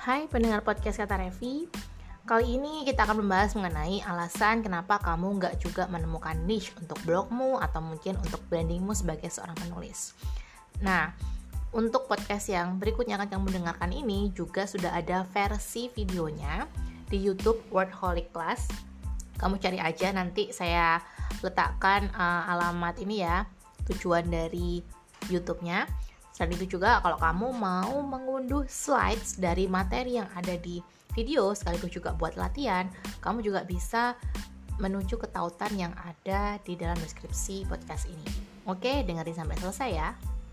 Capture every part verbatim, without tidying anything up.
Hai pendengar podcast Kata Revi. Kali ini kita akan membahas mengenai alasan kenapa kamu nggak juga menemukan niche untuk blogmu atau mungkin untuk brandingmu sebagai seorang penulis. Nah, untuk podcast yang berikutnya akan kamu dengarkan ini juga sudah ada versi videonya di YouTube Wordholic Class. Kamu cari aja, nanti saya letakkan uh, alamat ini ya, tujuan dari YouTube-nya. Selain itu juga kalau kamu mau mengunduh slides dari materi yang ada di video sekaligus juga buat latihan, kamu juga bisa menuju ke tautan yang ada di dalam deskripsi podcast ini. Oke, dengerin sampai selesai ya.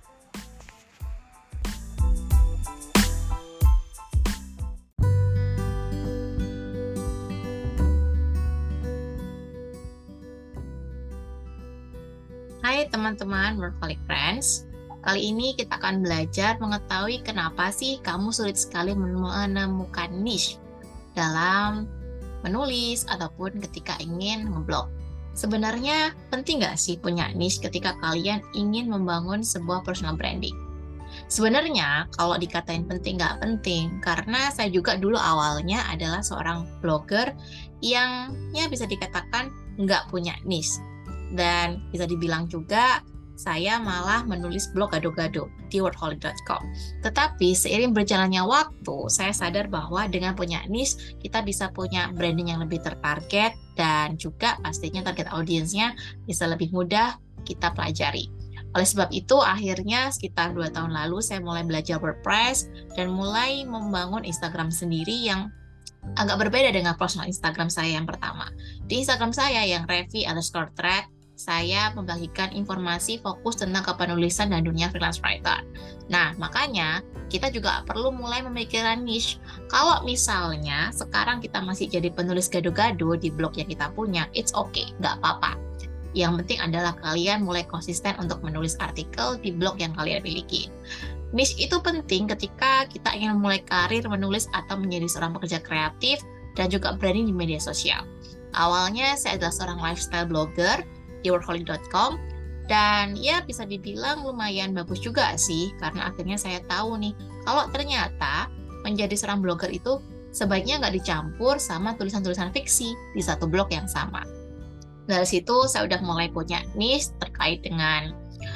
Hai teman-teman Workaholic Friends. Kali ini kita akan belajar mengetahui kenapa sih kamu sulit sekali menemukan niche dalam menulis ataupun ketika ingin ngeblog. Sebenarnya penting nggak sih punya niche ketika kalian ingin membangun sebuah personal branding? Sebenarnya kalau dikatain penting nggak penting, karena saya juga dulu awalnya adalah seorang blogger yang ya bisa dikatakan nggak punya niche. Dan bisa dibilang juga saya malah menulis blog gado-gado di wordholic dot com. Tetapi seiring berjalannya waktu, saya sadar bahwa dengan punya niche, kita bisa punya branding yang lebih tertarget dan juga pastinya target audiensnya bisa lebih mudah kita pelajari. Oleh sebab itu, akhirnya sekitar dua tahun lalu saya mulai belajar WordPress dan mulai membangun Instagram sendiri yang agak berbeda dengan personal Instagram saya yang pertama. Di Instagram saya yang Revi underscore thread, saya membagikan informasi fokus tentang kepenulisan dan dunia freelance writer. Nah, makanya kita juga perlu mulai memikirkan niche. Kalau misalnya sekarang kita masih jadi penulis gado-gado di blog yang kita punya, it's okay, nggak apa-apa. Yang penting adalah kalian mulai konsisten untuk menulis artikel di blog yang kalian miliki. Niche itu penting ketika kita ingin memulai karir menulis atau menjadi seorang pekerja kreatif dan juga branding di media sosial. Awalnya saya adalah seorang lifestyle blogger di wordholic dot com dan ya bisa dibilang lumayan bagus juga sih, karena akhirnya saya tahu nih kalau ternyata menjadi seorang blogger itu sebaiknya nggak dicampur sama tulisan-tulisan fiksi di satu blog yang sama. Dari situ saya udah mulai punya niche terkait dengan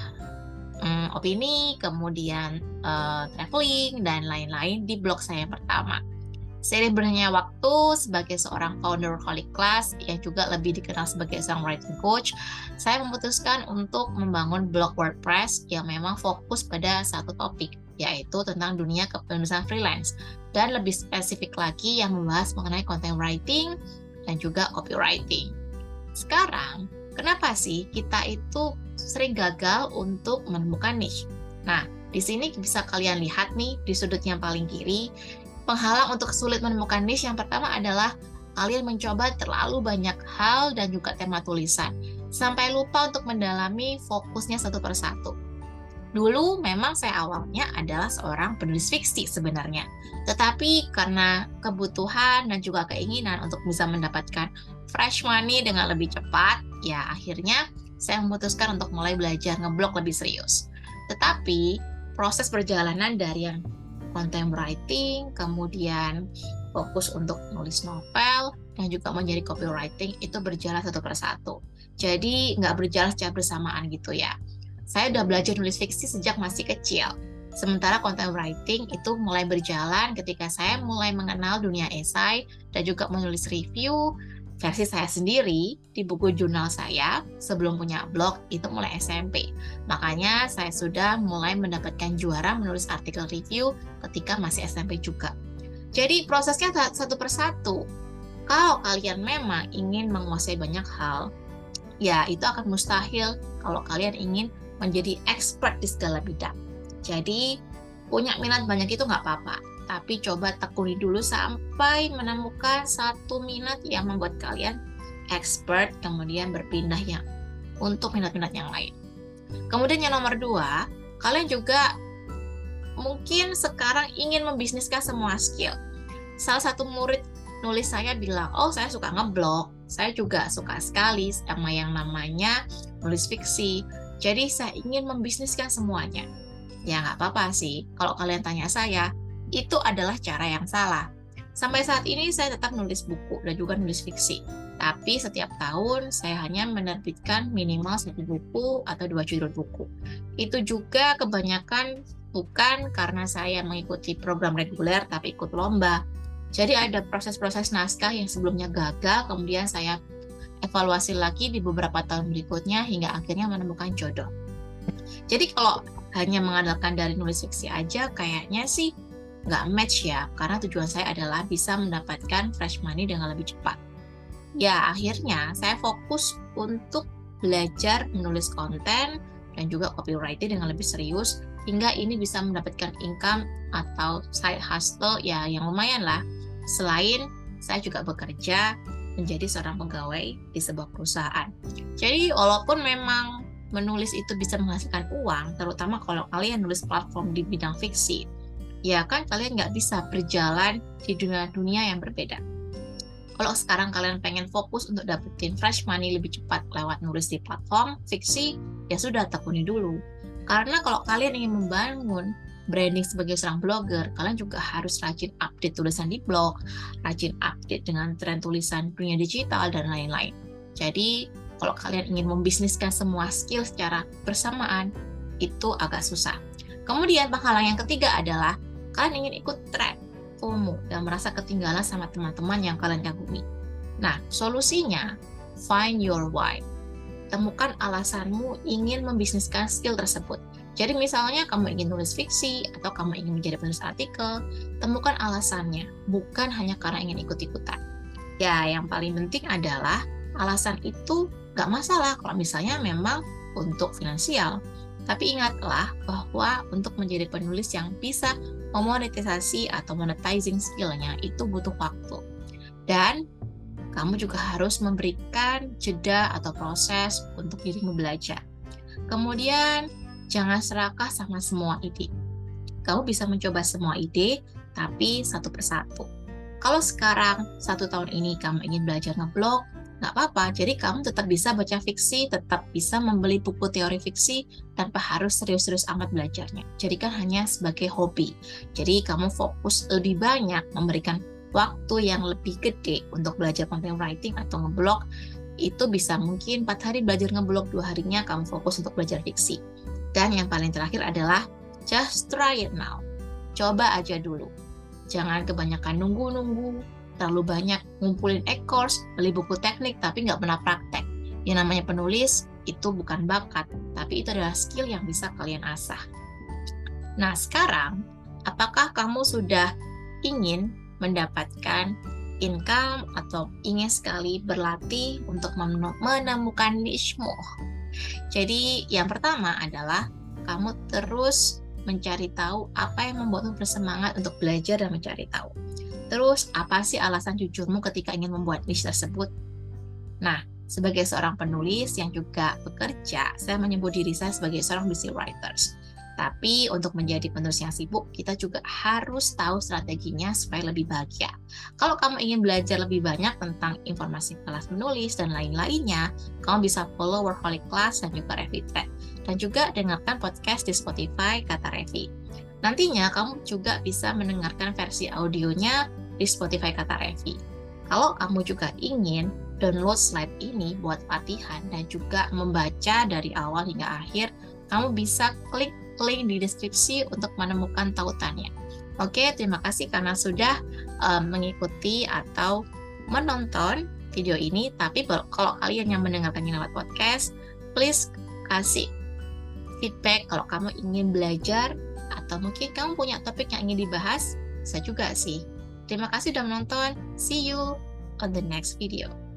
um, opini, kemudian uh, traveling dan lain-lain di blog saya yang pertama. Seiring berjalannya waktu sebagai seorang founder Wordholic Class yang juga lebih dikenal sebagai seorang writing coach, saya memutuskan untuk membangun blog WordPress yang memang fokus pada satu topik, yaitu tentang dunia kepenulisan freelance, dan lebih spesifik lagi yang membahas mengenai content writing dan juga copywriting. Sekarang, kenapa sih kita itu sering gagal untuk menemukan niche? Nah, di sini bisa kalian lihat nih di sudut yang paling kiri. Penghalang untuk sulit menemukan niche yang pertama adalah kalian mencoba terlalu banyak hal dan juga tema tulisan, sampai lupa untuk mendalami fokusnya satu persatu. Dulu memang saya awalnya adalah seorang penulis fiksi sebenarnya, tetapi karena kebutuhan dan juga keinginan untuk bisa mendapatkan fresh money dengan lebih cepat, ya akhirnya saya memutuskan untuk mulai belajar ngeblog lebih serius. Tetapi proses perjalanan dari yang content writing, kemudian fokus untuk nulis novel, dan juga menjadi copywriting itu berjalan satu persatu. Jadi nggak berjalan secara bersamaan gitu ya. Saya udah belajar nulis fiksi sejak masih kecil. Sementara content writing itu mulai berjalan ketika saya mulai mengenal dunia esai dan juga menulis review versi saya sendiri di buku jurnal saya sebelum punya blog itu mulai S M P. Makanya saya sudah mulai mendapatkan juara menulis artikel review ketika masih S M P juga. Jadi prosesnya satu persatu. Kalau kalian memang ingin menguasai banyak hal, ya itu akan mustahil kalau kalian ingin menjadi expert di segala bidang. Jadi punya minat banyak itu nggak apa-apa, tapi coba tekuni dulu sampai menemukan satu minat yang membuat kalian expert, kemudian berpindah yang untuk minat-minat yang lain. Kemudian yang nomor dua, kalian juga mungkin sekarang ingin membisniskan semua skill. Salah satu murid nulis saya bilang, oh saya suka ngeblog, saya juga suka sekali sama yang namanya nulis fiksi, jadi saya ingin membisniskan semuanya. Ya nggak apa-apa sih, kalau kalian tanya saya, itu adalah cara yang salah. Sampai saat ini saya tetap nulis buku dan juga nulis fiksi. Tapi setiap tahun saya hanya menerbitkan minimal satu buku atau dua judul buku. Itu juga kebanyakan bukan karena saya mengikuti program reguler, tapi ikut lomba. Jadi ada proses-proses naskah yang sebelumnya gagal, kemudian saya evaluasi lagi di beberapa tahun berikutnya hingga akhirnya menemukan jodoh. Jadi kalau hanya mengandalkan dari nulis fiksi aja, kayaknya sih nggak match ya, karena tujuan saya adalah bisa mendapatkan fresh money dengan lebih cepat. Ya, akhirnya saya fokus untuk belajar menulis konten dan juga copywriting dengan lebih serius, hingga ini bisa mendapatkan income atau side hustle ya yang lumayan lah. Selain saya juga bekerja menjadi seorang pegawai di sebuah perusahaan. Jadi walaupun memang menulis itu bisa menghasilkan uang, terutama kalau kalian nulis platform di bidang fiksi, ya kan kalian nggak bisa berjalan di dunia-dunia yang berbeda. Kalau sekarang kalian pengen fokus untuk dapetin fresh money lebih cepat lewat nulis di platform fiksi, ya sudah tekuni dulu. Karena kalau kalian ingin membangun branding sebagai seorang blogger, kalian juga harus rajin update tulisan di blog, rajin update dengan tren tulisan dunia digital, dan lain-lain. Jadi, kalau kalian ingin membisniskan semua skill secara bersamaan, itu agak susah. Kemudian, penghalang yang ketiga adalah kalian ingin ikut tren, FOMO, dan merasa ketinggalan sama teman-teman yang kalian kagumi. Nah, solusinya, find your why. Temukan alasanmu ingin membisniskan skill tersebut. Jadi misalnya kamu ingin nulis fiksi, atau kamu ingin menjadi penulis artikel, temukan alasannya, bukan hanya karena ingin ikut-ikutan. Ya, yang paling penting adalah alasan itu nggak masalah kalau misalnya memang untuk finansial. Tapi ingatlah bahwa untuk menjadi penulis yang bisa memonetisasi atau monetizing skill-nya itu butuh waktu. Dan kamu juga harus memberikan jeda atau proses untuk dirimu belajar. Kemudian, jangan serakah sama semua ide. Kamu bisa mencoba semua ide, tapi satu persatu. Kalau sekarang, satu tahun ini kamu ingin belajar ngeblog, nggak apa-apa, jadi kamu tetap bisa baca fiksi, tetap bisa membeli buku teori fiksi, tanpa harus serius-serius amat belajarnya. Jadi kan hanya sebagai hobi. Jadi kamu fokus lebih banyak memberikan waktu yang lebih gede untuk belajar content writing atau ngeblog, itu bisa mungkin empat hari belajar ngeblog, dua harinya kamu fokus untuk belajar fiksi. Dan yang paling terakhir adalah just try it now. Coba aja dulu. Jangan kebanyakan nunggu-nunggu, terlalu banyak ngumpulin e-course, beli buku teknik, tapi nggak pernah praktek. Yang namanya penulis, itu bukan bakat, tapi itu adalah skill yang bisa kalian asah. Nah, sekarang, apakah kamu sudah ingin mendapatkan income atau ingin sekali berlatih untuk menemukan niche-mu? Jadi, yang pertama adalah kamu terus mencari tahu apa yang membuatmu bersemangat untuk belajar dan mencari tahu. Terus, apa sih alasan jujurmu ketika ingin membuat niche tersebut? Nah, sebagai seorang penulis yang juga bekerja, saya menyebut diri saya sebagai seorang busy writers. Tapi untuk menjadi penulis yang sibuk, kita juga harus tahu strateginya supaya lebih bahagia. Kalau kamu ingin belajar lebih banyak tentang informasi kelas menulis dan lain-lainnya, kamu bisa follow Workaholic Class dan juga Revi Thread. Dan juga dengarkan podcast di Spotify Kata Revi. Nantinya kamu juga bisa mendengarkan versi audionya di Spotify Kata Revi. Kalau kamu juga ingin download slide ini buat latihan dan juga membaca dari awal hingga akhir, kamu bisa klik link di deskripsi untuk menemukan tautannya. Oke, terima kasih karena sudah um, mengikuti atau menonton video ini. Tapi kalau kalian yang mendengarkannya lewat podcast, please kasih feedback kalau kamu ingin belajar atau mungkin kamu punya topik yang ingin dibahas, bisa juga sih. Terima kasih sudah menonton. See you on the next video.